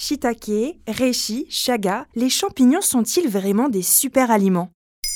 shiitake, reishi, chaga, les champignons sont-ils vraiment des super aliments ?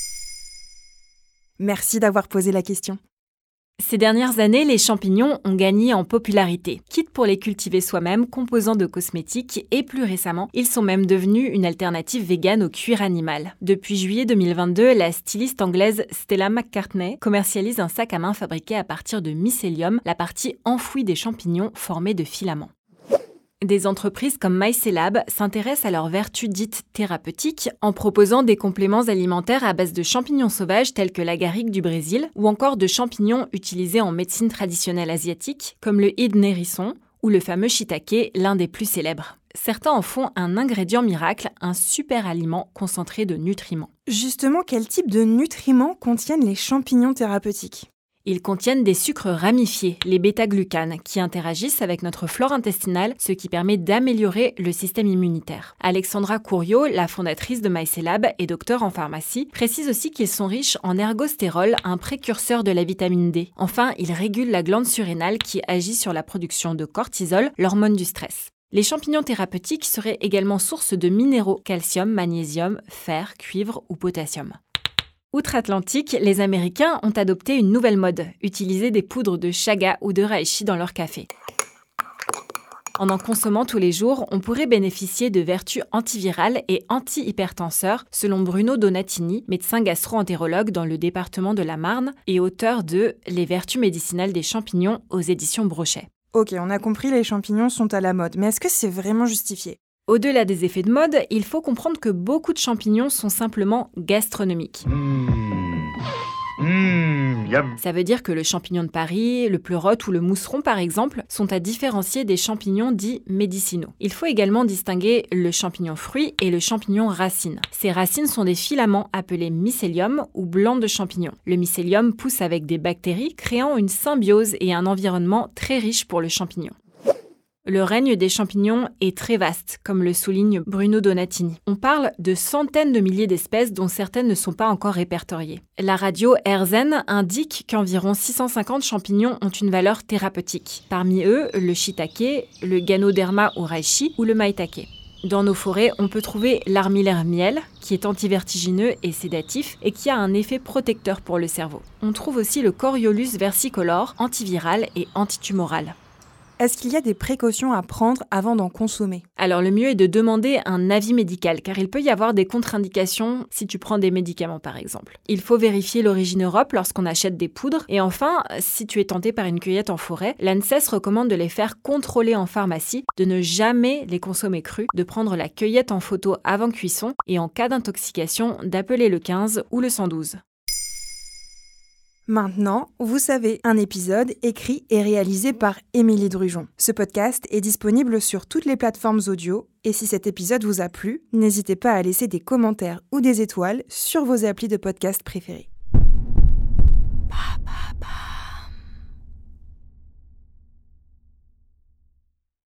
Merci d'avoir posé la question. Ces dernières années, les champignons ont gagné en popularité, quitte pour les cultiver soi-même, composants de cosmétiques, et plus récemment, ils sont même devenus une alternative végane au cuir animal. Depuis juillet 2022, la styliste anglaise Stella McCartney commercialise un sac à main fabriqué à partir de mycélium, la partie enfouie des champignons formée de filaments. Des entreprises comme MyCelab s'intéressent à leurs vertus dites thérapeutiques en proposant des compléments alimentaires à base de champignons sauvages tels que l'agaric du Brésil ou encore de champignons utilisés en médecine traditionnelle asiatique comme le hide nérisson ou le fameux shiitake, l'un des plus célèbres. Certains en font un ingrédient miracle, un super aliment concentré de nutriments. Justement, quel type de nutriments contiennent les champignons thérapeutiques ? Ils contiennent des sucres ramifiés, les bêta-glucanes, qui interagissent avec notre flore intestinale, ce qui permet d'améliorer le système immunitaire. Alexandra Couriot, la fondatrice de MyCelab et docteure en pharmacie, précise aussi qu'ils sont riches en ergostérol, un précurseur de la vitamine D. Enfin, ils régulent la glande surrénale qui agit sur la production de cortisol, l'hormone du stress. Les champignons thérapeutiques seraient également source de minéraux, calcium, magnésium, fer, cuivre ou potassium. Outre-Atlantique, les Américains ont adopté une nouvelle mode, utiliser des poudres de chaga ou de reishi dans leur café. En consommant tous les jours, on pourrait bénéficier de vertus antivirales et anti-hypertenseurs, selon Bruno Donatini, médecin gastro-entérologue dans le département de la Marne et auteur de « Les vertus médicinales des champignons » aux éditions Brochet. Ok, on a compris, les champignons sont à la mode, mais est-ce que c'est vraiment justifié ? Au-delà des effets de mode, il faut comprendre que beaucoup de champignons sont simplement gastronomiques. Ça veut dire que le champignon de Paris, le pleurote ou le mousseron par exemple sont à différencier des champignons dits médicinaux. Il faut également distinguer le champignon fruit et le champignon racine. Ces racines sont des filaments appelés mycélium ou blancs de champignons. Le mycélium pousse avec des bactéries créant une symbiose et un environnement très riche pour le champignon. Le règne des champignons est très vaste, comme le souligne Bruno Donatini. On parle de centaines de milliers d'espèces dont certaines ne sont pas encore répertoriées. La radio AirZen indique qu'environ 650 champignons ont une valeur thérapeutique. Parmi eux, le shiitake, le ganoderma ou reishi ou le maitake. Dans nos forêts, on peut trouver l'armillaire miel, qui est antivertigineux et sédatif et qui a un effet protecteur pour le cerveau. On trouve aussi le Coriolus versicolore, antiviral et antitumoral. Est-ce qu'il y a des précautions à prendre avant d'en consommer ? Alors le mieux est de demander un avis médical, car il peut y avoir des contre-indications si tu prends des médicaments par exemple. Il faut vérifier l'origine Europe lorsqu'on achète des poudres. Et enfin, si tu es tenté par une cueillette en forêt, l'ANSES recommande de les faire contrôler en pharmacie, de ne jamais les consommer crus, de prendre la cueillette en photo avant cuisson et en cas d'intoxication, d'appeler le 15 ou le 112. Maintenant, vous savez, un épisode écrit et réalisé par Émilie Drujon. Ce podcast est disponible sur toutes les plateformes audio et si cet épisode vous a plu, n'hésitez pas à laisser des commentaires ou des étoiles sur vos applis de podcast préférés.